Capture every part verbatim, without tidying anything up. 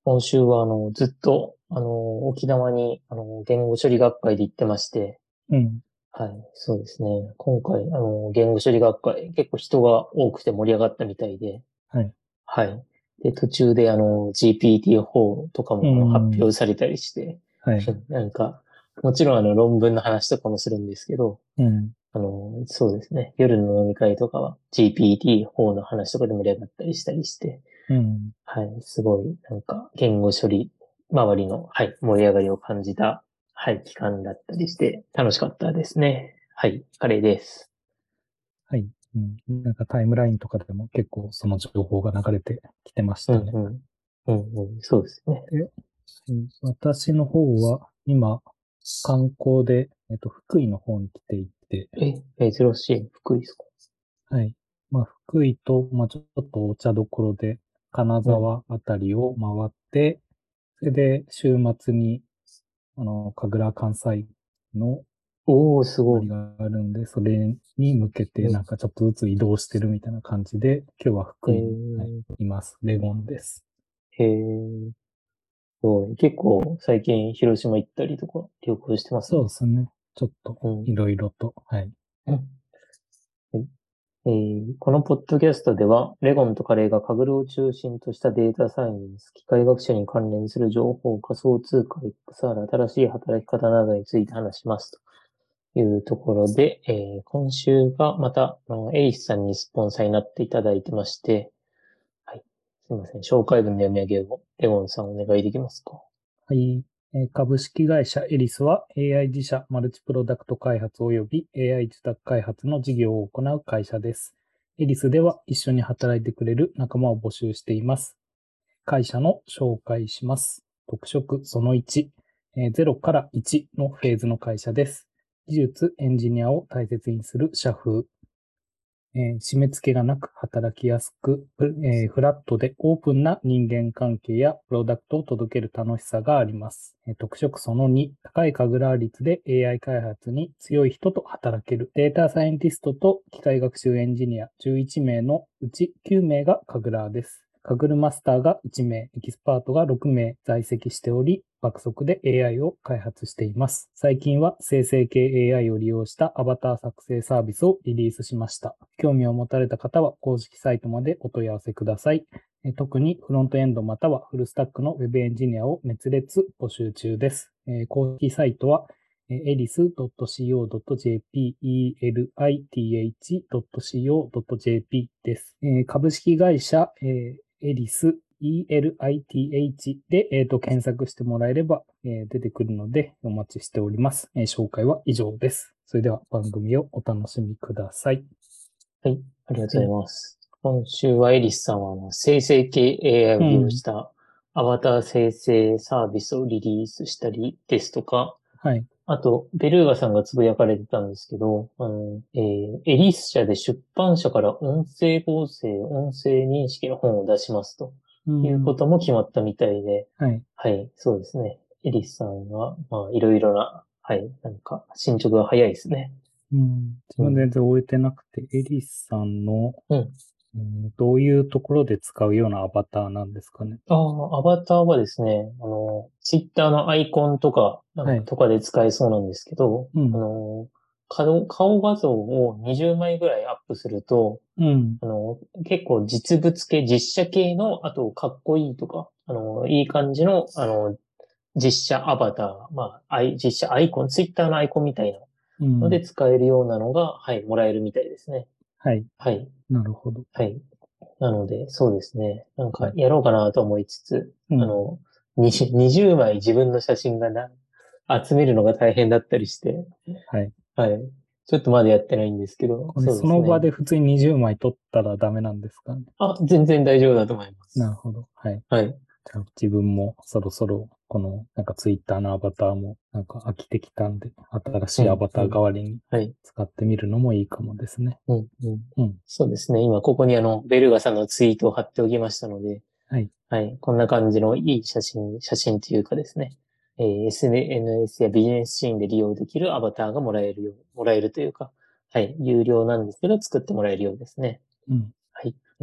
今週は、あの、ずっと、あの、沖縄に、あの、言語処理学会で行ってまして、 うん。 はい、そうですね。今回、あの、言語処理学会、結構人が多くて盛り上がったみたいで、 はい。 はい。で、途中で、あの、ジーピーティーフォー とかうも、あの、発ん。 表されたりして、 はい。 なんか、もちろん、あの、論文の話とかもするんですけど、 うん。 あの、そうですね。夜の飲み会とかは ジーピーティーフォー の話とかで盛り上がったりしたりして、 うん。 はい、すごい、なんか、言語処理周りの、はい、盛り上がりを感じた、はい、期間だったりして、楽しかったですね。はい、カレーです。 はい。うん。なんかタイムラインとかでも結構その情報が流れてきてましたね。 うんうん。うんうん、そうですね。 で、うん私の方は今、観光で、えっと、福井の方に来ていて、 え、珍しい。福井ですか？ はい。まあ、福井と、まあ、ちょっとお茶どころで、金うん。 沢あたりを回って、それで週末に、あの、神楽関西のおー、すごい。 ありがあるんで、それに向けてうん。 なんかちょっとずつ移動してるみたいな感じで、今日はえ福井に、はい、 ー、 います。レゴンです。 へー、すごい。結構、最近、広島行ったりとか、旅行してますね。 そうですね。ちょっとうん。 いろいろと、はい。 うんえーこのポッドキャストでは、レゴンとカレーがカグルを中心としたデータサイエンス、機械学習に関連する情報、仮想通貨、エックスアール、新しい働き方などについて話しますというところで、えー今週がまた、あのエリスさんにスポンサーになっていただいてまして、はい。すいません。紹介文の読み上げを、レゴンさんお願いできますか？ はい。えー株式会社エリスは エーアイ 自社マルチプロダクト開発及び エーアイ 受託開発の事業を行う会社です。エリスでは一緒に働いてくれる仲間を募集しています。会社の紹介します。特色そのいち、えーゼロからいちのフェーズの会社です。技術、エンジニアを大切にする社風。えー締め付けがなく働きやすく、えーフラットでオープンな人間関係やプロダクトを届ける楽しさがあります。えー特色そのに、高いカグラー率で エーアイ 開発に強い人と働ける。データサイエンティストと機械学習エンジニアじゅういち名のうちきゅう名がカグラーです。カグルマスターがいち名、エキスパートがろく名在籍しており、爆速で エーアイ を開発しています。最近は生成系 エーアイ を利用したアバター作成サービスをリリースしました。興味を持たれた方は公式サイトまでお問い合わせください。特にフロントエンドまたはフルスタックの Web エンジニアを熱烈募集中です。公式サイトは エリスドットシーオードットジェーピー、エルアイティーエイチドットシーオードットジェーピー です。株式会社、エリス エルアイティーエイチ で、えーと検索してもらえれば、えー出てくるのでお待ちしております、えー紹介は以上です。それでは番組をお楽しみください。 はい。ありがとうございはい。 ます。今週はエリスさんは、あの、生成系 エーアイ を利用しうん。 たアバター生成サービスをリリースしたりですとか、 はい。 あと、ベルーガさんがつぶやかれてたんですけど、あの、えーエリス社で出版社から音声合成、音声認識の本を出しますというこうん。 とも決まったみたいで、 はい。 はい、そうですね。エリスさんは、まあ、いろいろな、はい、なんか、進捗が早いですね。 うん。自うん。 分全然終えてなくて、エリスさんの、 うん。 えーどういうところで使うようなアバターなんですかね。 ああ、アバターはですね、あの、ツイッターのアイコンとか、なんか、 はい。 とかで使えそうなんですけど、 うん。 あの、顔、顔画像をにじゅうまいぐらいアップすると、 うん。 あの、結構実物系、実写系の、あと、かっこいいとか、あの、いい感じの、あの、実写アバター、まあ、アイ、実写アイコン、ツイッターのアイコンみたいなのでうん。 使えるようなのが、はい、もらえるみたいですね。 はい。 はい、 なるほど。 はい。なので、そうですね。なんか、 はい。 やろうかなと思いつつ、 うん。 あの、にじゅう、にじゅうまい自分の写真がな、集めるのが大変だったりして、 はい。 はい。ちょっとまだやってないんですけど、 これ、 そうでその場すね。 で普通ににじゅうまい取ったらダメなんですかね。 あ、全然大丈夫だと思います。 なるほど。はい。 はい。 じゃあ自分もそろそろ、この、なんかツイッターのアバターも、なんか飽きてきたんで、新しうん、 いアバターうん。 代わりにはい。 使ってみるのもいいかもですね。 うん、うん。 うん。 そうですね。今、ここにあの、ベルガさんのツイートを貼っておきましたので、 はい。 はい。こんな感じのいい写真、写真というかですね。えー エスエヌエス やビジネスシーンで利用できるアバターがもらえるよう、もらえるというか、はい。有料なんですけど、作ってもらえるようですね。 うん。 はい。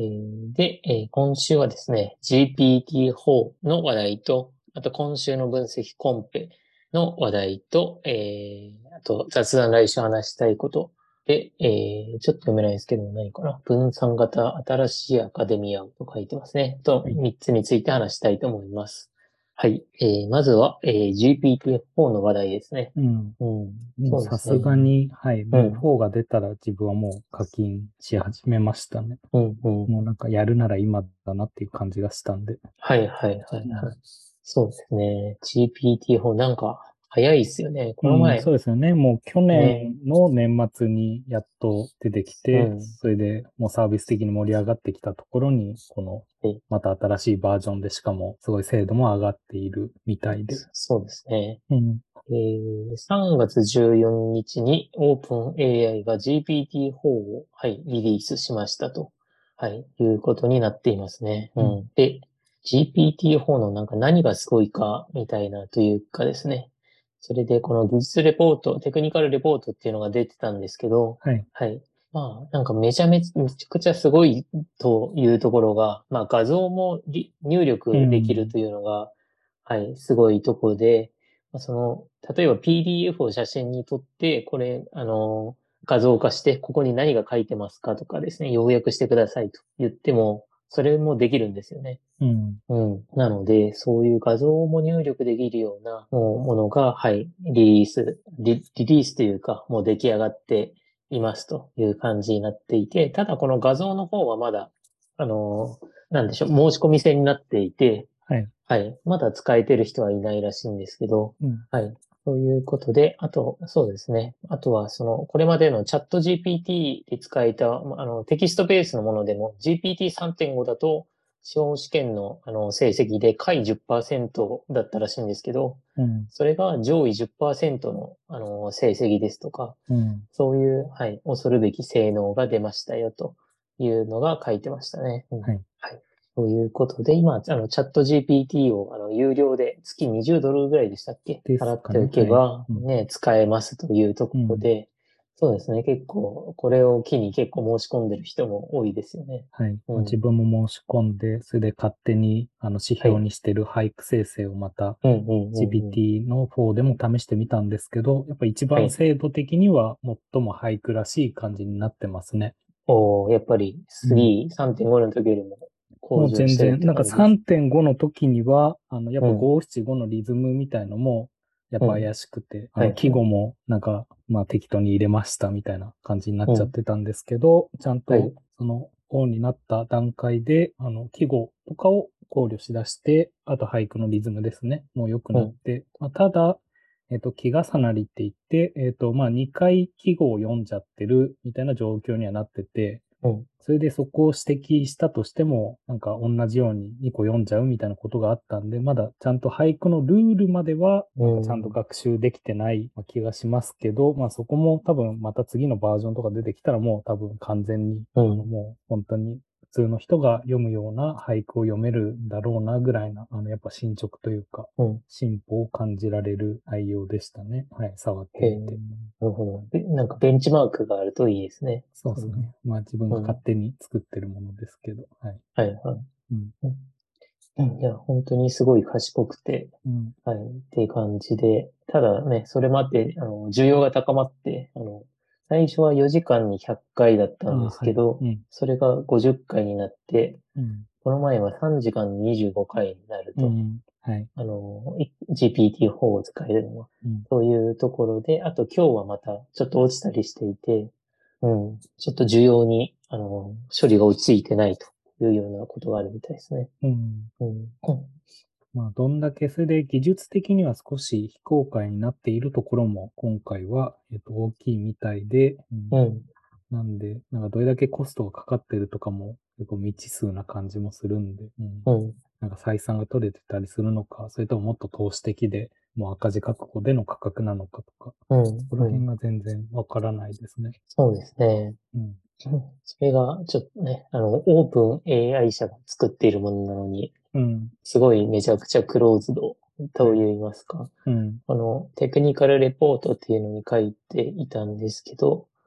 えーで、えー今週はですね、ジーピーティーフォー の話題と、あと今週の分析コンペの話題と、えー、あと雑談来週話したいことで、えー、ちょっと読めないですけど何かな。分散型新しいアカデミアと書いてますね。と、 はい。 みっつについて話したいと思います。はい。えー、まずは、えー、ジーピーティーフォー の話題ですね。 うん。 うん。 もうさすそうですね。 がに、はい。もううん。 フォーが出たら自分はもう課金し始めましたね。 うん。うん。 もうなんかやるなら今だなっていう感じがしたんで。 はいはいはいうん。 はい。そうですね。ジーピーティーフォー なんか早いっすよね。こうん、その前、 うですよね。もう去ね。 年の年末にやっと出てきて、 うん。 それでもうサービス的に盛り上がってきたところに、こので、 また新しいバージョンでしかもすごい精度も上がっているみたいで。 そうですね。 うん。 えー、さんがつじゅうよっかにちに OpenAI が ジーピーティーフォー を、はい、リリースしましたと、はい、いうことになっていますね。ううん。 ん。で、ジーピーティーフォー のなんか何がすごいかみたいなというかですね。それでこの技術レポート、テクニカルレポートっていうのが出てたんですけど、 はい。 はい。まあ、なんかめちゃめちゃ、めちゃくちゃすごいというところが、まあ画像もり入う力できるん。 というのが、はい、すごいところで、まあその、例えば ピーディーエフ を写真に撮って、これ、あの、画像化して、ここに何が書いてますかとかですね、要約してくださいと言っても、それもできるんですよね。 うん。 うん。なので、そういう画像も入力できるようなもうものが、はい、リリース、リ、リリースというか、もう出来上がっていますという感じになっていて、ただこの画像の方はまだ、あの、なんでしょう、申し込み制になっていて、 はい。 はい。まだ使えてる人はいないらしいんですけど、 うん。 はい。ということで、あと、そうですね。あとは、その、これまでのチャット ジーピーティー で使えた、あの、テキストベースのものでも、ジーピーティーさんてんご だと、司法試験の、あの、成績で下位じゅっパーセントだったらしいんですけど、 うん。 それが上位じゅっパーセントの、あの、成績ですとか、 うん。 そういう、はい、恐るべき性能が出ましたよ、というのが書いてましたね。うん、 はい。 はい。ということで、今、あの、チャット ジーピーティー を、あの、有料で月にじゅうドルぐらいでしたっけですかね。 払っておけはい。 ば、 うん。 ね、使えますというとこうん。 ろで、そうですね、結構、これを機に結構申し込んでる人も多いですよね。 はい。まあ、自うん。 分も申し込んで、それで勝手にあの指はい。 標にしてる俳句生成をまたうん、うん、うん、うん。 ジーピーティー のフォーでも試してみたんですけど、やっぱ一はい。 番精度的には最も俳句らしい感じになってますね。 おー、やっぱりうん。 さん、さんてんごの時よりも向もう上してるっ全然、なんかて感じです。 さんてんごの時には、あの、やっぱうん、 ご七五のリズムみたいのも、やっうん。 ぱ怪しくて、あの、 はい、はい。 記号もなんか、まあ適当に入れましたみたいな感じになっちゃっうん。 てたんですけど、ちゃんとはい。 そのオンになった段階で、あの、記号とかを考慮しだして、あと俳句のリズムですね、もう良くうん、 なって、まあ、ただ、えっと、気重なりって言って、えっと、まあにかい記号を読んじゃってるみたいな状況にはなってて、 うん、 それでそこを指摘したとしても、なんか同じようににこ読んじゃうみたいなことがあったんで、まだちゃんと俳句のルールまでは、 うなんかちゃんとん。 学習できてない気がしますけど、まあそこも多分また次のバージョンとか出てきたらもう多分完全に、あのうん。 もう本当に普通の人が読むような俳句を読めるんだろうなぐらいな、あのやっぱ進捗というか、 うん。 進歩を感じられる内容でしたね。はい、触ってへえ、 みて。 なるほど。べなんかベンチマークがあるといいですね。そういうそうですね。まあ自分が勝の。 手に作ってるものですけど、はい。 はい、はい。 うん。 うんうんいや、本当にすごい賢くて、 うん。 はい、っていう感じで、ただね、それもあって、あの、需要が高まって、あの、最初はよじかんにひゃっかいだったああ、 んですはい。 けど、 うん。 それがごじゅっかいになって、 うん。 この前はさんじかんににじゅうごかいになると。 うん。はい。 あの、い ジーピーティーフォー を使えるのは。 うん。 というところで、あと今日はまたちょっと落ちたりしていて、うん、ちょっと需要に、あの、処理が落ち着いてないというようなことがあるみたいですね。 うん。 うん、 まあ、どんだけそれで技術的には少し非公開になっているところも今回は、えっと、大きいみたいで、うん、 うん、 なんで、なんかどれだけコストがかかってるとかも結構未知数な感じもするんで、うん、 うん、 なんか採算が取れてたりするのか、それとももっと投資的で、もう赤字覚悟での価格なのかとか、 うん、 このうん。 辺が全然わからないですね。 そうですね。 うん。 うんそれが、ちょっとね、あの、オープン エーアイ 社が作っているものなのに、 うん。 すごいめちゃくちゃクローズドとはい。 言いますか。 うん。 このテクニカルレポートっていうのに書いていたんですけど、 うん。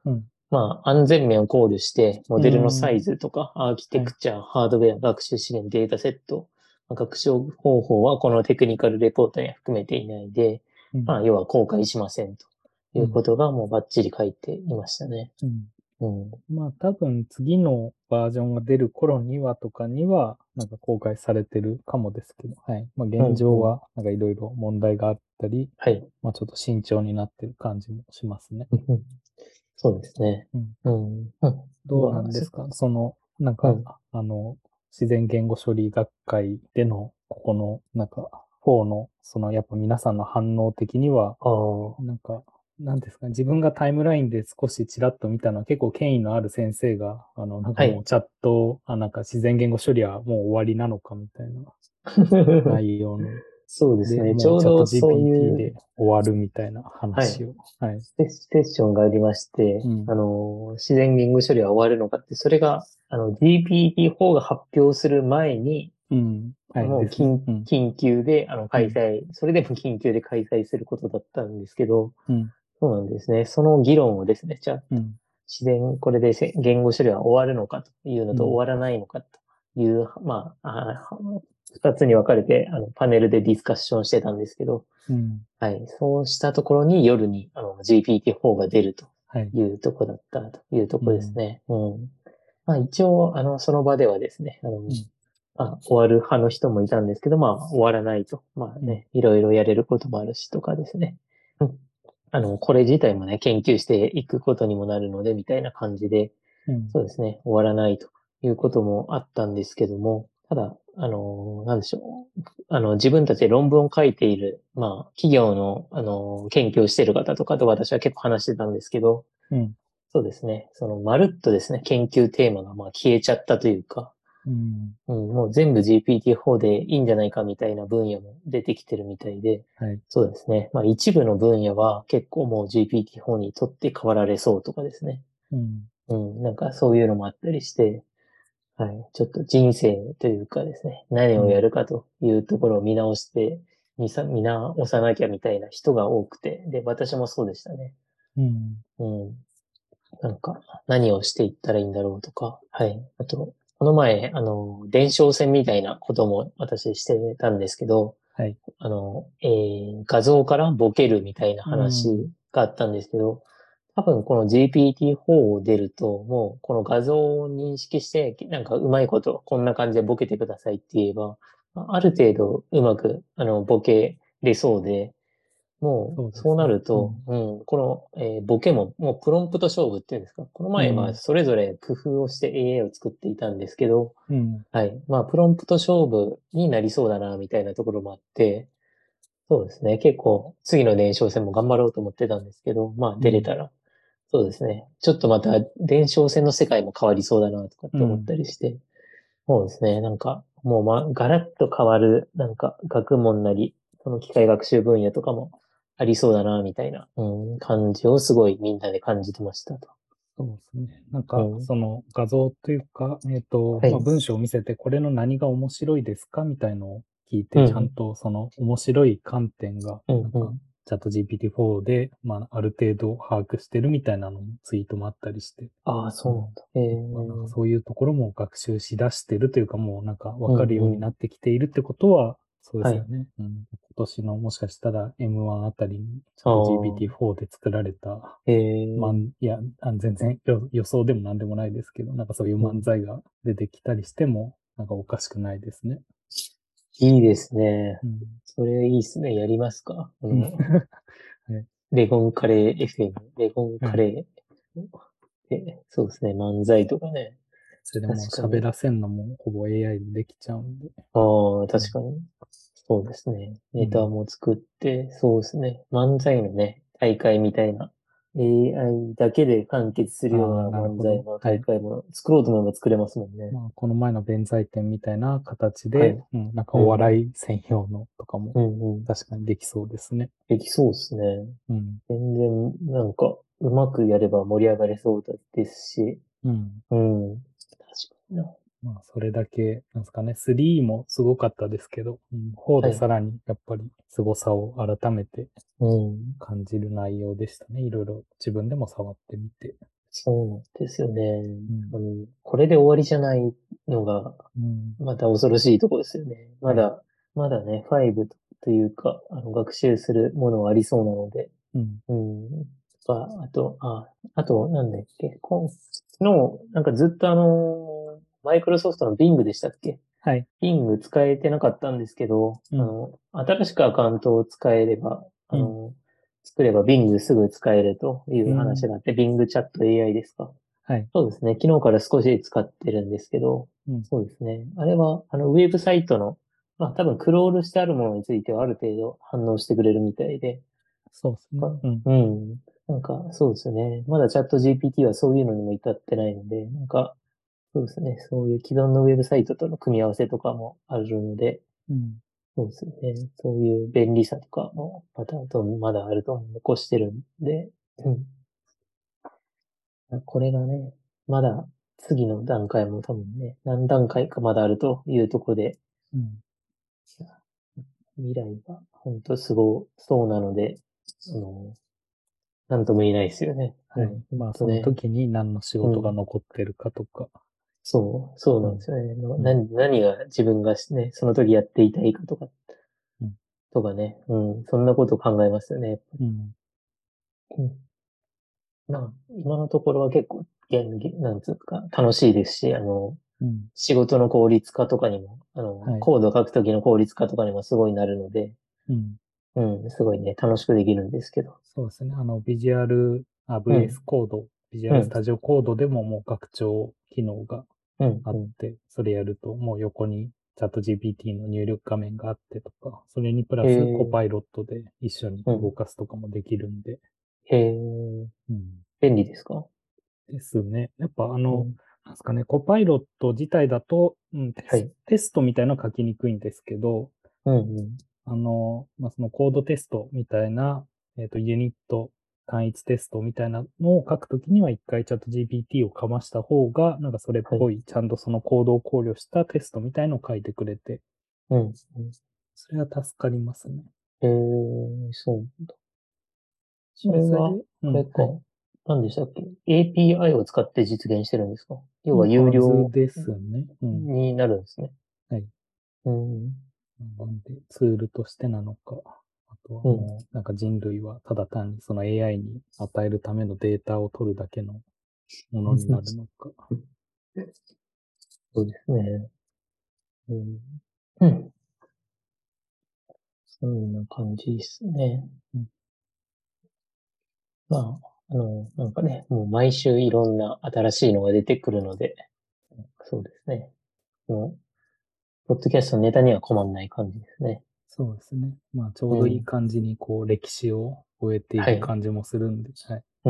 まあ、安全面を考慮して、モデルのサイうん。 ズとか、アーキテはい。 クチャ、ハードウェア、学習資源、データセット、まあ学習方法はこのテクニカルレポートには含めていないで、 うん。 まあ、要は公開しませんというん。 うことがもうバッチリ書いていましたね。 うん。 うん。 まあ多分次のバージョンが出る頃にはとかにはなんか公開されてるかもですけど、はい。まあ現うん、うん。 状はなんかいろいろ問題があったり、 はい。 まあちょっと慎重になってる感じもしますね。 うんうんそうですね。 うん。 うん。うん。 どうなまあ、そんですかその、なんか、 うん。 あの、自然言語処理学会での、ここの、なんか、フォーの、その、やっぱ皆さんの反応的には、 ああ、 なんか、なんですかね、自分がタイムラインで少しちらっと見たのは結構権威のある先生が、あの、なんかはい。 もうチャット、あ、なんか自然言語処理はもう終わりなのかみたいな内容の、で、 そうですね。ちもうチャットょうどそういジーピーティーう、 で終わるみたいなはい。 話を。はい。 セッセッションがありまして、 うん。 あの、自然言語処理は終わるのかって、それが、あの、ジーピーティーフォー が発表する前に、 うん。はいですね。 もう緊、 うん。 緊急で、あの、 うん。 開催、それでも緊急で開催することだったんですけど、 うん。 そうなんですね。その議論をですね、じゃあ、 うん。 自然、これでせ言語処理は終わるのかというのうん。 と終わらないのかという、まあ、あ二つに分かれて、あの、パネルでディスカッションしてたんですけど、 うん。 はい。そうしたところに夜にあの ジーピーティーフォー が出るとはい。 いうところだったというところですうん。 ね。うん。まあ一応、あの、その場ではですね、あの、 うん。 あ、終わる派の人もいたんですけど、まあ終わらないと。まあうん。 ね、いろいろやれることもあるしとかですね。うん。あの、これ自体もね、研究していくことにもなるので、みたいな感じで、 うん。 そうですね、終わらないということもあったんですけども、ただ、あの、なんでしょう。あの、自分たちで論文を書いている、まあ、企業の、あの、研究をしている方とかと私は結構話してたんですけど、 うん。 そうですね、その、まるっとですね、研究テーマが、まあ、消えちゃったというか、 うん。 うん、もう全部 ジーピーティーフォー でいいんじゃないかみたいな分野も出てきてるみたいで、 はい。 そうですね。まあ一部の分野は結構もう ジーピーティーフォー にとって変わられそうとかですね。 うん。 うん、なんかそういうのもあったりして、はい。ちょっと人生というかですね、何をやうん。 るかというところを見直して、見さ、見直さなきゃみたいな人が多くて、で、私もそうでしたね。 うん。 うん。なんか、何をしていったらいいんだろうとか、はい。あと、この前、あの、伝承戦みたいなことも私してたんですけど、 はい。 あの、えー画像からボケるみたいなうん。 話があったんですけど、多分この ジーピーティーフォー を出ると、もうこの画像を認識して、なんかうまいこと、こんな感じでボケてくださいって言えば、ある程度うまく、あの、ボケれそうで、もう、そうなそうですね。 ると、 うん。 うん、この、えーボケも、もうプロンプト勝負っていうんですか。この前、まあ、 うん。 それぞれ工夫をして エーアイ を作っていたんですけど、 うん。 はい。まあ、プロンプト勝負になりそうだな、みたいなところもあって、そうですね。結構、次の伝承戦も頑張ろうと思ってたんですけど、まあ、 うん。 出れたら、そうですね。ちょっとまた、伝承戦の世界も変わりそうだな、とかって思っうん。 たりして、そうですね。なんか、もう、ま、ガラッと変わる、なんか、学問なり、その機械学習分野とかもありそうだな、みたいな、うん、感じをすごいみんなで感じてましたと。 そうですね。なんか、 うん。 その画像というか、えっと、まあ、 はい。 文章を見せて、これの何が面白いですかみたいのを聞いて、ちゃんうん。 とその面白い観点が、 うん。 なんか、 うん。 チャット ジーピーティーフォー で、まあ、ある程度把握してるみたいなのもツイートもあったりして、 ああ、 うん。 そうなんだ。えやっぱなんかー、 そういうところも学習しだしてるというか、もうなんかわうん。 かるようにうん。 なってきているってことは、そうではい。 すよね。うん。今年のもしかしたら エムワン あたりに、ちゃあんとあ、 ジーピーティーフォー で作られたえー、 漫、いや、あ全然予予想でもなんでもないですけど、なんかそういううん。 漫才が出てきたりしても、なんかおかしくないですね。 いいですね。 うん。 それいいですね。やりますかあうん。 の、 はい。 レゴンカレー エフエム、レゴンはい。 カレー。え、そうですね。漫才とかね。 それでもう確かに。 喋らせんのもほぼ エーアイ でできちゃうんで。 ああ、 うん。 確かに。そうですね。ネタうん。 も作って、そうですね。漫才のね、大会みたいな、エーアイ だけで完結するようああ、 ななるほど。 漫才のはい。 大会も作ろうと思えば作れますもんね。 まあ、この前の弁財天みたいな形で、 はい。 うん、なんかうん。 お笑い専用のとかもうんうん。 確かにできそうですね。 できそうですね。 うん。 全然、なんか、うまくやれば盛り上がれそうですし、 うん。 うん。確かにな。 まあ、それだけ、なんですかね、スリーもすごかったですけど、うん、フォーはい。 でさらにやっぱり凄さを改めてうん。 感じる内容でしたね。いろいろ自分でも触ってみて。 そうなんですよね。 うんあの、これで終わりじゃないのが、 うん。 また恐ろしいところですよね。まはい。 だ、まだね、ファイブというか、あの、学習するものはありそうなので、 うん。 うん。とか、あと、あ、あと、なんだっけ、この、なんかずっとあの、マイクロソフトの Bing でしたっけ？ はい。 Bing 使えてなかったんですけど、 うん。 あの、新しくアカウントを使えれば、あうん。 の、作れば Bing すぐ使えるといううん。 話があって、Bing チャット エーアイ ですか？ はい。 そうですね。昨日から少し使ってるんですけど、 うん。 そうですね。あれは、あの、ウェブサイトの、まあ多分クロールしてあるものについてはある程度反応してくれるみたいで、 そうですね。 かうん。 うん。なんか、そうですね。まだチャット ジーピーティー はそういうのにも至ってないので、なんか、そうですね。そういう既存のウェブサイトとの組み合わせとかもあるので、 うん。 そうですね。そういう便利さとかも、また、とまだあると残してるんで、うん。これがね、まだ次の段階も多分ね、何段階かまだあるというところで、 うん。 いや未来が本当すごそうなので、あの、なんとも言えないですよね。うはい。 ん。ほんまあ、そのとね。 時に何の仕事がうん。 残ってるかとか。 そう、そううん。 なんですよね。のうん。 何、何が自分がしね、その時やっていたいかとか、 うん。 とかね。うん。そんなことを考えますよね。やっぱり。 うん。 うん。まあ、今のところは結構、現現なんつうか、楽しいですし、あの、 うん。 仕事の効率化とかにも、あの、 はい。 コードを書くときの効率化とかにもすごいなるので、 うん。 うん、すごいね、楽しくできるんですけど。 そうですね。あの、ビジュアル、あ、 うん、 ブイエス コード、ビジュアうん、 ルスタジオコードでももう拡張機能がうん、うん。 あって、それやるともう横にチャット ジーピーティー の入力画面があってとか、それにプラへスコえ、 パイロットで一緒にうん、 動かすとかもできるんで、 へえ、 うん。 便利ですか？ ですね。やっぱあの、 うん、 なんですかね、コパイロット自体だと、うん、テス、 はい。 テストみたいなの書きにくいんですけど、 うん、うん、 あの、まあ、そのコードテストみたいな、えっと、ユニット単一テストみたいなのを書くときには一回チャット ジーピーティー をかました方が、なんかそれっはい。 ぽい、ちゃんとそのコードを考慮したテストみたいのを書いてくれて、 うん、うん。 それは助かりますね。 へえ、そうなんだ。そまあ、 れは、 それで、うん、 あれか。 はい。 何でしたっけ？ エーピーアイ を使って実現してるんですか？要はのはず有料ですね。うん。 になるんですね。 はい。 うん、 なんで、ツールとしてなのか、あとはうん。 もう、なんか人類はただ単にその エーアイ に与えるためのデータを取るだけのものになるのか。 そうですね。うん、うん。そんな感じですね。 うん、 まあ、あの、なんかね、もう毎週いろんな新しいのが出てくるので、そうですね。もう、ポッドキャストのネタには困んない感じですね。 そうですね。まあ、ちょうどいいうん。 感じに、こう、歴史を終えていはい。 く感じもするんで、はい。 うん、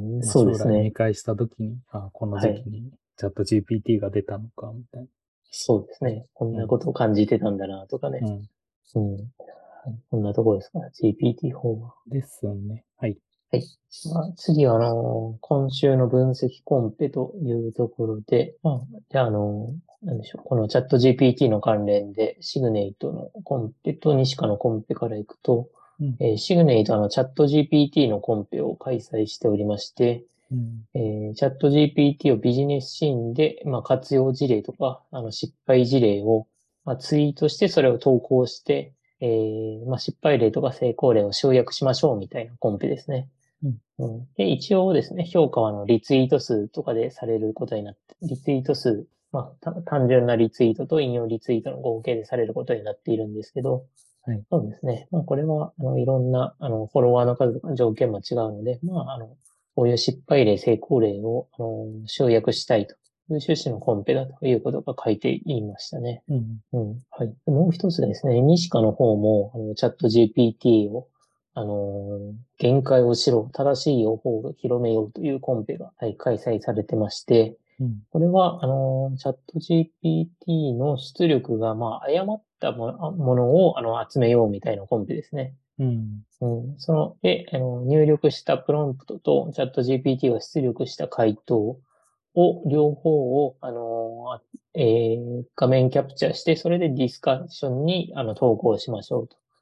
うん。 まあ、 そうで将来見すね。 返したときに、あ、このはい。 時期にチャット ジーピーティー が出たのか、みたいそうですね。こんな。うん。 なことを感じてたんだな、とかね。 うん。 うん。はい、こんなところですか？ ジーピーティーフォー は。 ですね。はい。 はい。まあ、次は、あの、今週の分析コンペというところで、まあ、じゃあ、あの、なんでしょう。このチャット ジーピーティー の関連で、シグネイトのコンペと西カのコンペからいくと、 うん。 えーシグネイトはあのチャット ジーピーティー のコンペを開催しておりまして、 うん。 えーチャット ジーピーティー をビジネスシーンで、まあ、活用事例とか、あの失敗事例を、まあ、ツイートしてそれを投稿して、えーまあ、失敗例とか成功例を集約しましょうみたいなコンペですね。 うん。 うん、で、一応ですね、評価はあのリツイート数とかでされることになって、リツイート数、まあ、単純なリツイートと引用リツイートの合計でされることになっているんですけど、 はい。 そうですね。まあ、これは、あの、いろんな、あの、フォロワーの数とか条件も違うので、まあ、あの、こういう失敗例、成功例を、あの、集約したいという趣旨のコンペだということが書いていましたね。 うん。 うん。はい。でもう一つですね、西カの方も、あの、チャット ジーピーティー を、あの、限界をしろ、正しい用法を広めようというコンペが、はい、開催されてまして、 うん。 これは、あの、チャット ジーピーティー の出力が、まあ、誤ったものものを、あの、集めようみたいなコンペですね。 うん。 うん。その、で、あの、入力したプロンプトと、チャット ジーピーティー が出力した回答を、両方を、あの、あえー画面キャプチャーして、それでディスカッションに、あの、投稿しましょうと。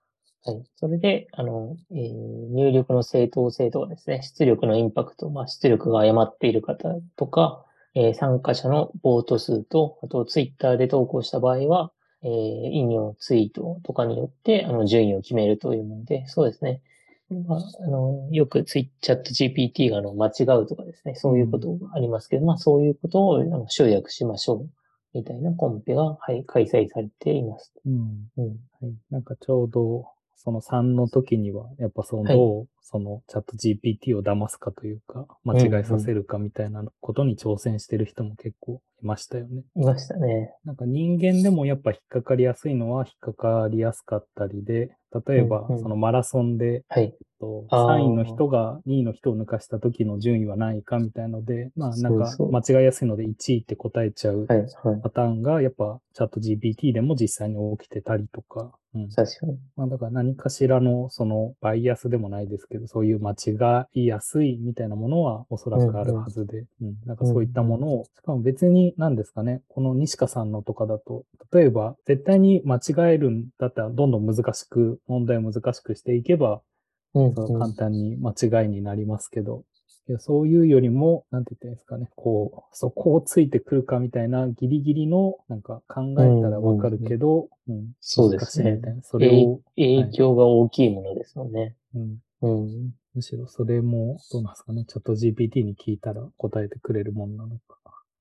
はい。それで、あの、えー入力の正当性とかですね、出力のインパクト、まあ、出力が誤っている方とか、えー参加者のボート数と、あと、ツイッターで投稿した場合は、えー引用ツイートとかによって、あの、順位を決めるというもので、そうですね。まあ、あの、よくツイチャット ジーピーティー があの間違うとかですね、そういうこうん。 とがありますけど、まあ、そういうことをあの集約しましょう、みたいなコンペが、はい、開催されています。 うん。 うん。 はい。なんかちょうど、そのさんの時には、やっぱその、 はい。 どう、そのチャット ジーピーティー を騙すかというか、間うん、 違えさうん。 せるかみたいなことに挑戦してる人も結構いましたよね。 いましたね。 なんか人間でもやっぱ引っかかりやすいのは引っかかりやすかったりで、例うん、 えばうん。 そのマラソンで、 はい。 えっと、 あさんいのあ、 人がにいの人を抜かした時の順位は何位かみたいので、まあなんそうそう。 か間違いやすいのでいちいって答えちゃうはい、はい。 パターンがやっぱチャット ジーピーティー でも実際に起きてたりとか、うん。 確かに。 まあだから何かしらのそのバイアスでもないですけど、そういう間違いやすいみたいなものはおそらうん、 くあるうん。 はずで、うん。なんかうん、 そういったうん。 ものを、しかも別に何ですかね、この西川さんのとかだと、例えば絶対に間違えるんだったらどんどん難しく、問題を難しくしていけば、 うん、 そのうん。 簡単に間違いになりますけど、いやそういうよりも、なんて言ったらいいんですかね、こう、そこをついてくるかみたいなギリギリの、なんか考えたらうん、うん。 わかるうん。 けど、うん、 そうで難すね。 しいみたいな、それ影、 を、はい、 影響が大きいものですもんね。 うん、 うん。 むしろそれも、どうなんですかね、チャット ジーピーティー に聞いたら答えてくれるもんなのか。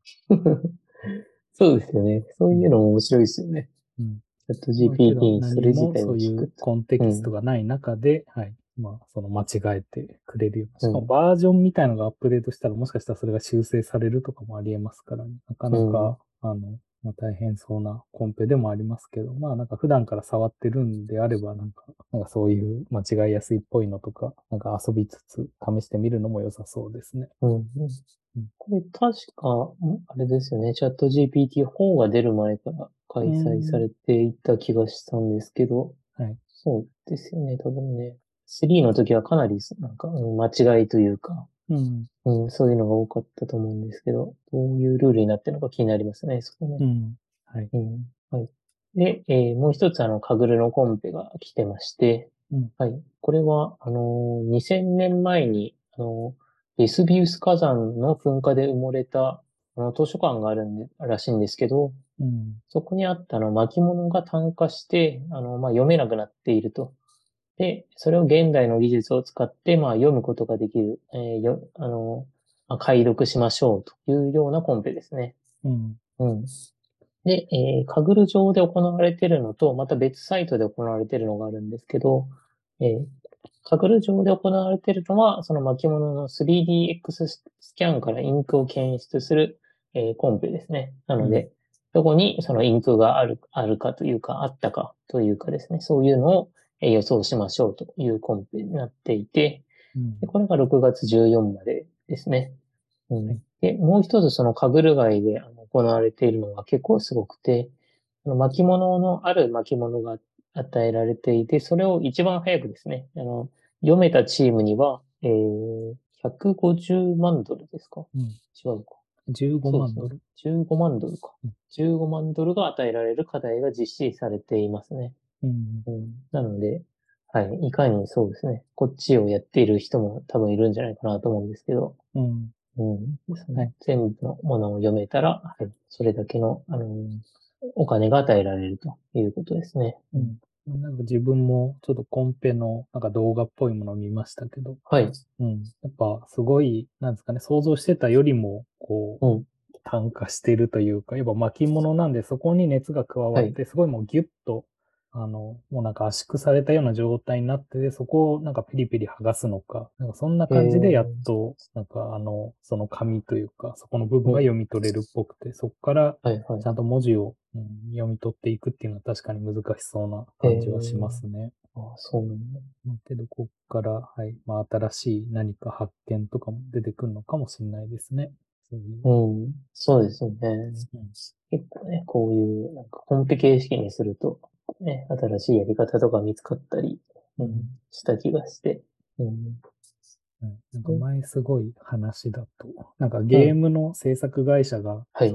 そうですよね。そううん、 いうのも面白いですよね。 うん。 チャットまあけジーピーティーどにそれ自何も体をそういう聞くと。 コンテキストうん。 がない中で、はい。まあその間違えてくれるような。しかもうん。 バージョンみたいのがアップデートしたらもしかしたらそれが修正されるとかもありえますからね。なかうん。 なか、あの、まあ、大変そうなコンペでもありますけど、まあなんか普段から触ってるんであればなんか、なんかそういう間違いやすいっぽいのとか、なんか遊びつつ試してみるのも良さそうですね。 うん。これ確か、んあれですよね。チャット ジーピーティー 本が出る前から開うん。 催さうーん。 れていた気がしたんですけど、 はい。 そうですよね。多分ね。スリーの時はかなり、なんか、うん間違いというか、 うん。 うん、そういうのが多かったと思うんですけど、どういうルールになってるのか気になりますね、そこね。 うん。はい。 うん。はい。で、えーもう一つ、あの、カグルのコンペが来てまして、 うん。 はい。これは、あのー、にせんねんまえに、あのー、ベスビウス火山の噴火で埋もれた、あの、図書館があるんで、らしいんですけど、 うん。 そこにあったあの巻物が炭化して、あの、まあ、読めなくなっていると。で、それを現代の技術を使って、まあ、読むことができる、えーよ、あの、まあ、解読しましょうというようなコンペですね。 うん。 うん。で、えー、カグル上で行われているのと、また別サイトで行われているのがあるんですけど、えー、カグル上で行われているのは、その巻物の スリーディーエックス ススキャンからインクを検出する、えーコンペですね。なうん。 ので、どこにそのインクがある、あるかというか、あったかというかですね、そういうのをえー予想しましょうというコンペになっていて、 うん。 でこれがろくがつじゅうよっかまでですね。うはい。 ん。で、もう一つそのカグル街であの行われているのが結構すごくて、あの巻物のある巻物が与えられていて、それを一番早くですね、あの、読めたチームには、えー、ひゃくごじゅうまんドルですか？ うん。 違うか。 15 そうですね。 万ドル。 じゅうごまんドルか。 うん。 じゅうごまんドルが与えられる課題が実施されていますね。 うん。 うん。なので、はい。いかにそうですね。こっちをやっている人も多分いるんじゃないかなと思うんですけど、 うん。 うん。そのはい。 全部のものを読めたら、はい。それだけの、あのーお金が与えられるということですね。うん。 うん。なんか自分もちょっとコンペのなんか動画っぽいものを見ましたけど、 はい。 うん。やっぱすごい、なんですかね、想像してたよりも、こう、 うん。 炭化しているというか、やっぱ巻物なんでそこに熱が加わはい。 って、すごいもうギュッと、あの、もうなんか圧縮されたような状態になってて、そこをなんかピリピリ剥がすのか、なんかそんなえ感じでやっー、 と、なんかあの、その紙というか、そこの部分うん。 が読み取れるっぽくて、そこからはい、はい。 ちゃんと文字を、うん、読み取っていくっていうのは確かに難しそうなえ感じはしまー、 すね。 あ、そうなんだ。 まあけど、ここから、はい、まあ新しい何か発見とかも出てくるのかもしれないですね。そういう。 うん。そうですよね。 うん。 結構ね、こういう、なんかコンペ形式にすると、ね、新しいやり方とか見つかったり、うん、 うん。 した気がして。うん。 うん、なんかで前すごい話だと、なんかうん。 ゲームの制作会社が、 はい。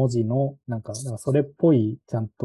そういう、なんか昔の人類の文字の、なんか、なんかそれっぽい、ちゃんと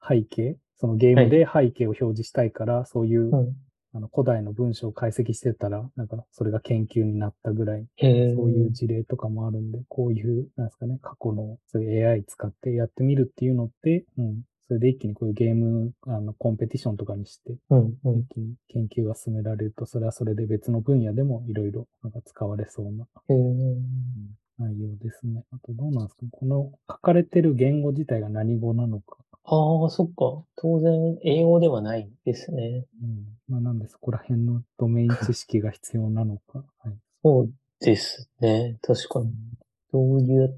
背景、そのゲーはい。 ムで背景を表示したいから、そういううん。 あの古代の文章を解析してたら、なんかそれが研究になったぐらい、 へそういうえ。 事例とかもあるんで、こういう、なんですかね、過去のそういう エーアイ 使ってやってみるっていうのって、うん、それで一気にこういうゲーム、あの、コンペティションとかにして、 うん、うん。 一気に研究が進められると、それはそれで別の分野でもいろいろなんか使われそうな、 へえ。 うん、内容ですね。あとどうなんですか、この書かれてる言語自体が何語なのか。 ああ、そっか。当然、英語ではないですね。 うん。まあ、なんでそこら辺のドメイン知識が必要なのか。はい。 そうですね。確かに。 うん。 どうやって、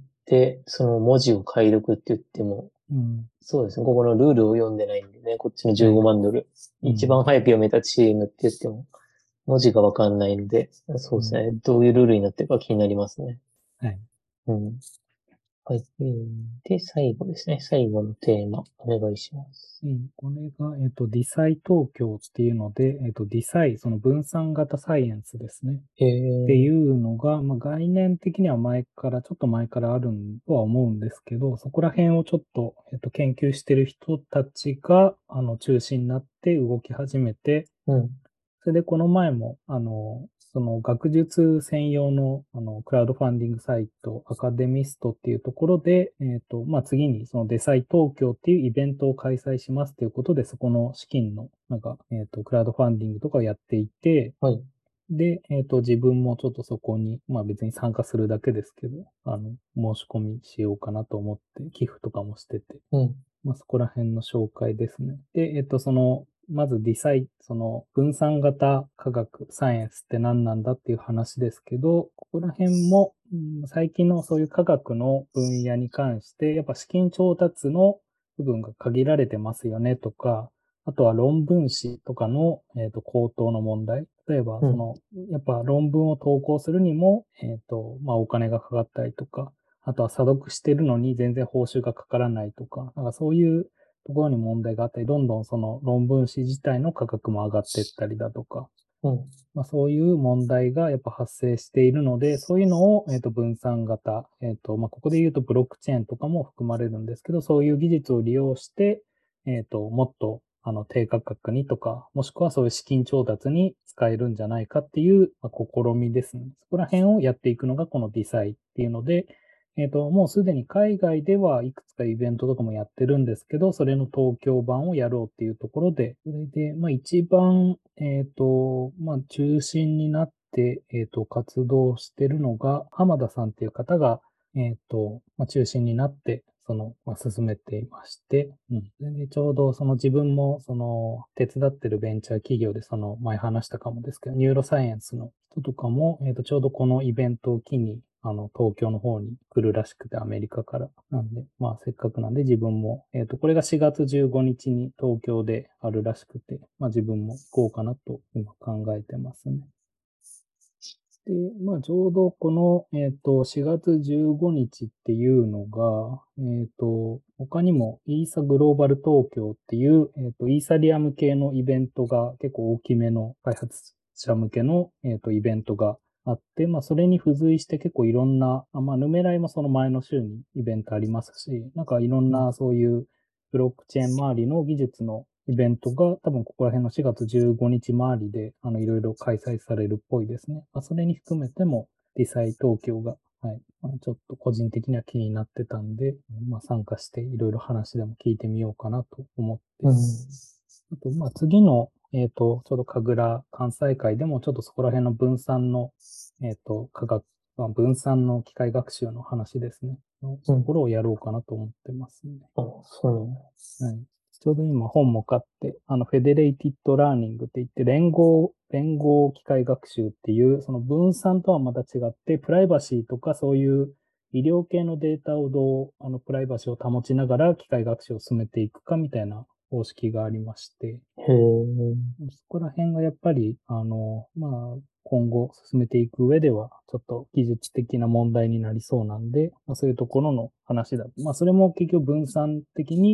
その文字を解読って言っても、 うん。 そうですね。ここのルールを読んでないんでね。こっちの15 はい。 万ドル。一番うん。 早く読めたチームって言っても、文字がわかんないので、そうん。 うですね。どういうルールになってるか気になりますね。 はい。 うん。はい。えーで、最後ですね。最後のテーマ、お願いします。 うん、これが、えっと、ディサイ東京っていうので、えっと、ディサイ、その分散型サイエンスですね。 えっていー、 うのが、まあ、概念的には前から、ちょっと前からあるとは思うんですけど、そこら辺をちょっと、えっと、研究してる人たちが、あの、中心になって動き始めて、 うん。 それでこの前も、あの、その学術専用の、あの、クラウドファンディングサイト、アカデミストっていうところで、えっと、まあ、次にそのデサイ東京っていうイベントを開催しますということで、そこの資金の、なんか、えっと、クラウドファンディングとかをやっていて、 はい。 で、えっと、自分もちょっとそこに、まあ別に参加するだけですけど、あの、申し込みしようかなと思って、寄付とかもしてて、 うん。 まあ、そこら辺の紹介ですね。で、えっと、その、まずディサイ、その分散型科学、サイエンスって何なんだっていう話ですけど、ここら辺も、うん、最近のそういう科学の分野に関して、やっぱ資金調達の部分が限られてますよねとか、あとは論文誌とかの、えっと、高騰の問題。例えば、 うん。 その、やっぱ論文を投稿するにも、えっと、まあ、お金がかかったりとか、あとは査読してるのに全然報酬がかからないとか、なんかそういうところに問題があったり、どんどんその論文誌自体の価格も上がっていったりだとか、 うん。 まあ、そういう問題がやっぱ発生しているので、そういうのを、えっと、分散型、えっと、まあ、ここで言うとブロックチェーンとかも含まれるんですけど、そういう技術を利用して、えっと、もっと、あの、低価格にとか、もしくはそういう資金調達に使えるんじゃないかっていう、まあ、試みですね。そこら辺をやっていくのがこのディサイっていうので、えっと、もうすでに海外ではいくつかイベントとかもやってるんですけど、それの東京版をやろうっていうところで、それで、まあ一番、えっと、まあ中心になって、えっと、活動してるのが、浜田さんっていう方が、えっと、まあ中心になって、その、まあ、進めていまして、うん。で、ちょうどその自分も、その、手伝ってるベンチャー企業で、その、前話したかもですけど、ニューロサイエンスの人とかも、えっと、ちょうどこのイベントを機に、あの、東京の方に来るらしくて、アメリカから。なんで、まあ、せっかくなんで自分も、えっと、これがしがつじゅうごにちにちに東京であるらしくて、まあ、自分も行こうかなと今考えてますね。で、まあ、ちょうどこの、えっと、しがつじゅうごにちっていうのが、えっと、他にもイーサグローバル東京っていう、えっと、イーサリアム系のイベントが結構大きめの開発者向けの、えっと、イベントがあって、まあ、それに付随して結構いろんな、あまあ、ヌメライもその前の週にイベントありますし、なんかいろんうん。 なそういうブロックチェーン周りの技術のイベントが多分ここら辺のしがつじゅうごにち周りで、あの、いろいろ開催されるっぽいですね。まあ、それに含めても、ディサイ東京が、はい、まあ、ちょっと個人的には気になってたんで、まあ、参加していろいろ話でも聞いてみようかなと思って。 うん。 あと、まあ、次の、えっと、ちょうど神楽関西会でも、ちょっとそこら辺の分散の、えっと、科学、まあ、分散の機械学習の話ですね。のうん。 ところをやろうかなと思ってますね。 あ、そうなんだ。 はい。ちょうど今本も買って、あの、フェデレイティッドラーニングって言って、連合、連合機械学習っていう、その分散とはまた違って、プライバシーとかそういう医療系のデータをどう、あの、プライバシーを保ちながら機械学習を進めていくかみたいな方式がありまして、 へえ。 そこら辺がやっぱり、あの、まあ、今後進めていく上では、ちょっと技術的な問題になりそうなんで、まあ、そういうところの話だ。まあ、それも結局分散的に、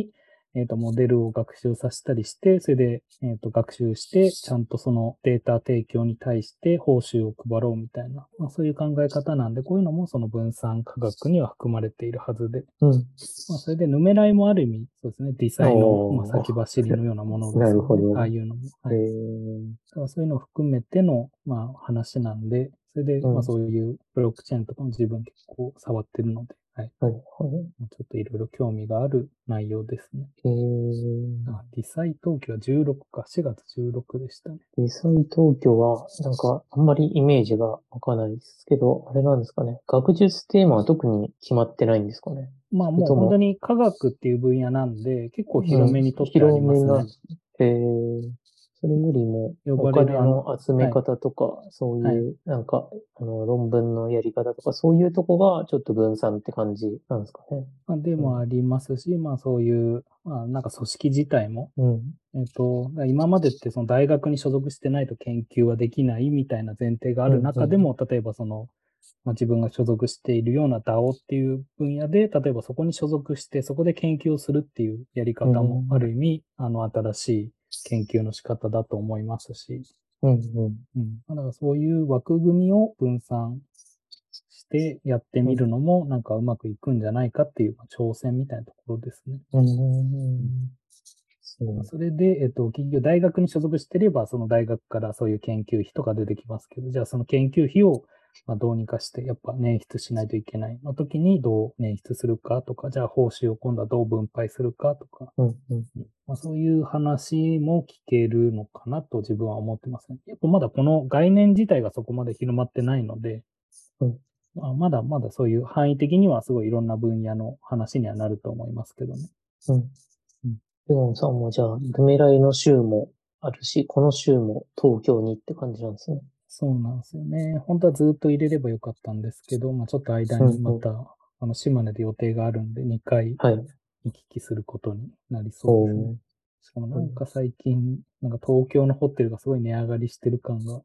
えっと、モデルを学習させたりして、それで、えっと、学習して、ちゃんとそのデータ提供に対して報酬を配ろうみたいな、まあ、そういう考え方なんで、こういうのもその分散科学には含まれているはずで、 うん。 まあ、それで、ヌメライもある意味、そうですね、ディサイの、まあ、 お先走りのようなものでなすよね。 るほど。 ああいうのも。はえい。 ー、 だからそういうのを含めての、まあ、話なんで、それで、 うん。 まあ、そういうブロックチェーンとかも自分結構触ってるので、はい。 はい、はい。 ちょっといろいろ興味がある内容ですね。 えー、 あ、ディサイ東京はじゅうろくか、しがつじゅうろくでしたね。 デザイ東京は、なんか、あんまりイメージがわかんないですけど、あれなんですかね。学術テーマは特に決まってないんですかね。 まあ、もう本当それとも、 に科学っていう分野なんで、結構うん、 広めにとってあり広ますね。 めなんですね。えー、それよりも、 呼おばれるあの、 金の集めはい、 方とか、そうはい。 いう、なんか、あの、論文のやり方とか、そういうとこが、ちょっと分散って感じなんですかね。 まあでうん、 もありますし、まあそういう、まあなんか組織自体も、 うん、 えっと、今までってその大学に所属してないと研究はできないみたいな前提があうん、 るうん、 中でも、例えばその、まあ、自分が所属しているような ダオ っていう分野で、例えばそこに所属して、そこで研究をするっていうやりう方もあん、 る意味、あの、新しい研究の仕方だと思いますし、 うん、うん、 うん。だからそういう枠組みを分散してやってみるのも、なんかうまくいくんじゃないかっていうまあ挑戦みたいなところですね。 ううん。 ん、そう。 まあそれで、えっと、企業、大学に所属してれば、その大学からそういう研究費とか出てきますけど、じゃあその研究費を、まあ、どうにかして、やっぱ捻出しないといけないの時にどう捻出するかとか、じゃあ報酬を今度はどう分配するかとか、 うん、うん、 うんまあ、そういう話も聞けるのかなと自分は思ってますね。やっぱまだこの概念自体がそこまで広まってないので、 うん、 まあ、まだまだそういう範囲的にはすごいいろんな分野の話にはなると思いますけどね。 うん。 うん、 レオンさんもじゃあ、グメライの州もあるし、この州も東京にって感じなんですね。 そうなんですよね。本当はずっと入れればよかったんですけど、まあ、ちょっと間うん、うん。 にまた、あの、島根で予定があるんで、にかいはい。 行き来することになりそうですね。 おー。 しかもなうんんか最近、なんか東京のホテルがすごい値上がりしてる感が。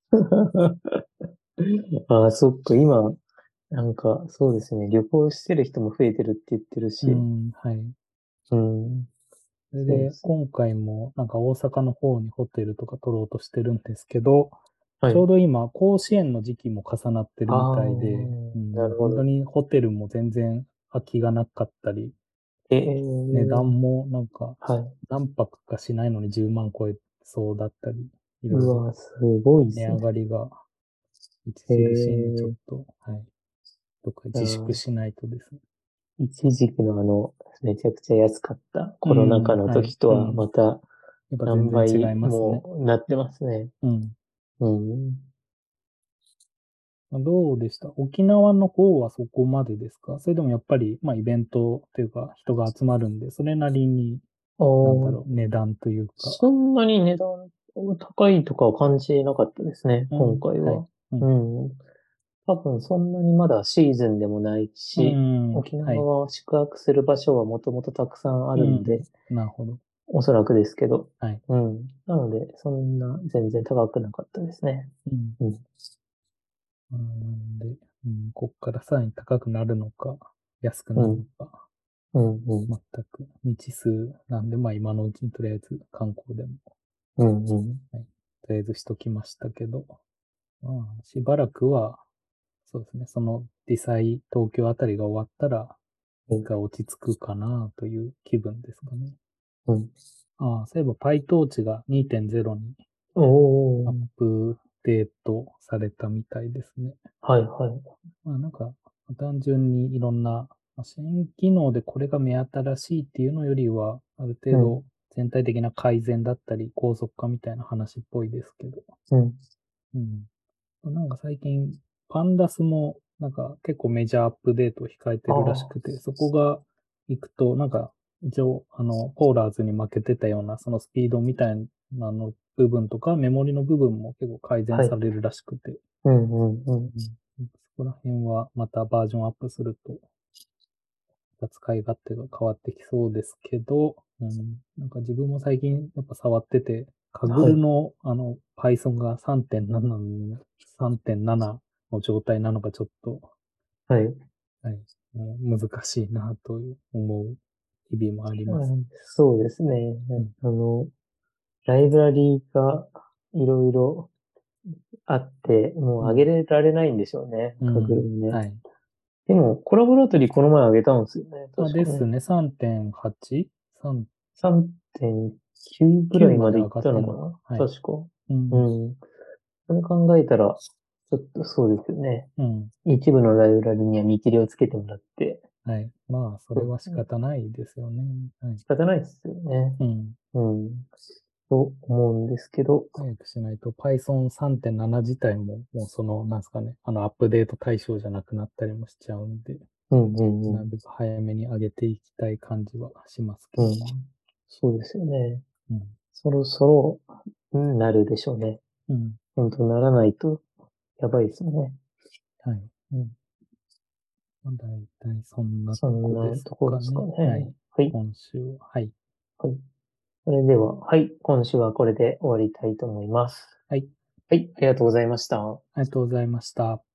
ああ、そっか、今、なんか、そうですね、旅行してる人も増えてるって言ってるし、 うん、はい。 うん、 それで、 そうですね。 今回もなんか大阪の方にホテルとか取ろうとしてるんですけど、 はい。 ちょうど今、甲子園の時期も重なってるあみたいで、 あ、 うん、もう本当なるほど。 にホテルも全然空きがなかったり、 え値え段もなんかはい。 何泊かしないのにじゅうまん超えそうだったり、いろいろうわ、すごいで値上すね。 がりがえ著しいんで、ちょっえと、はい、どっかあ自粛ーしないとですね。 一時期のあの、めちゃくちゃ安かったコロナ禍うん、 のはい、 時とはうん。 またやっぱ全何然違い倍ますね。 もなってますね。 うん。 うん。 どうでした沖縄の方はそこまでですか？それでもやっぱり、まあイベントというか人が集まるんで、それなりに、 ああ、 なんだろう、値段というか。 そんなに値段高いとかは感じなかったですね、今うん、はい。 回は。 うん。 うん。多分そんなにまだシーズンでもないうし、 ん、 沖縄はい。 は宿泊する場所はもともとたくさんあうん、 るんで、 なるほど。 おそらくですけど。 はい。 うん。なので、そんな全然高くなかったですね。 うん。 うん。 あーなんで、うん、こっからさらに高くなるのか、安くなるうん。 のか、 うん。うん。 全く未知数なんで、まあ今のうちにとりあえず観光でも、 うん。うん。 はい、とりあえずしときましたけど、まあ、しばらくは、そうですね、そのディサイ東京あたりが終わったら、一回落ち着くかなという気分ですかね。 うん。 ああ、そういえば PyTorch がにてんゼロにアッおー。 プデートされたみたいですね。 はいはい。 まあなんか、単純にいろんな、まあ新機能でこれが目新しいっていうのよりは、ある程度うん。 全体的な改善だったり、高速化みたいな話っぽいですけど。 うん。 うん。なんか最近、パンダスも、なんか結構メジャーアップデートを控えてあるらしくあ。 て、そこが行くと、なんか、一応、あの、コーラーズに負けてたような、そのスピードみたいなの部分とか、メモリの部分も結構改善はい。 されるらしくて、 うんうんうん。 うん、そこら辺はまたバージョンアップすると、使い勝手が変わってきそうですけど、うん、なんか自分も最近やっぱ触ってて、カグはい。 ルのあの Python がさんてんななの、さんてんななの状態なのがちょっと、 はい。 はい、もう難しいなと思う日々もあります。 うん、そうですね。 うんあの、ライブラリーがいろいろあって、もう上げられないんでしょうね。 うカグルん。 ね。 はい。 でも、コラボラトリーこの前上げたんですよね。 あ、 確かね。 ですね。さんてんはち?さんさんてんきゅうぐきゅうらいまで行っまで上がってんのか。 たのかなはい。 確か。 うん。 うん。それ考えたら、ちょっとそうですよね。 うん。 一部のライブラリには見切りをつけてもらって、 はい。まあ、それは仕方ないですよね。はい。 仕方ないですよね。 うん。 うん。と思うんですけど。 早くしないと Python さんてんなな 自体も、もうその、なんですかね、あの、アップデート対象じゃなくなったりもしちゃうんで、 うんうんうん。 なるべく早めに上げていきたい感じはしますけど。 うん。そうですよね。 うん。 そろそろ、うん、なるでしょうね。 うん。 本当ならないと、やばいですよね。 はい。 うん。 まあ、大体そんなそんとこですなところですかかね。はね。 い。 はい。 今週は。はい。 はい。それでは、はい。今週はこれで終わりたいと思います。 はい。 はい。ありがとうございました。 ありがとうございました。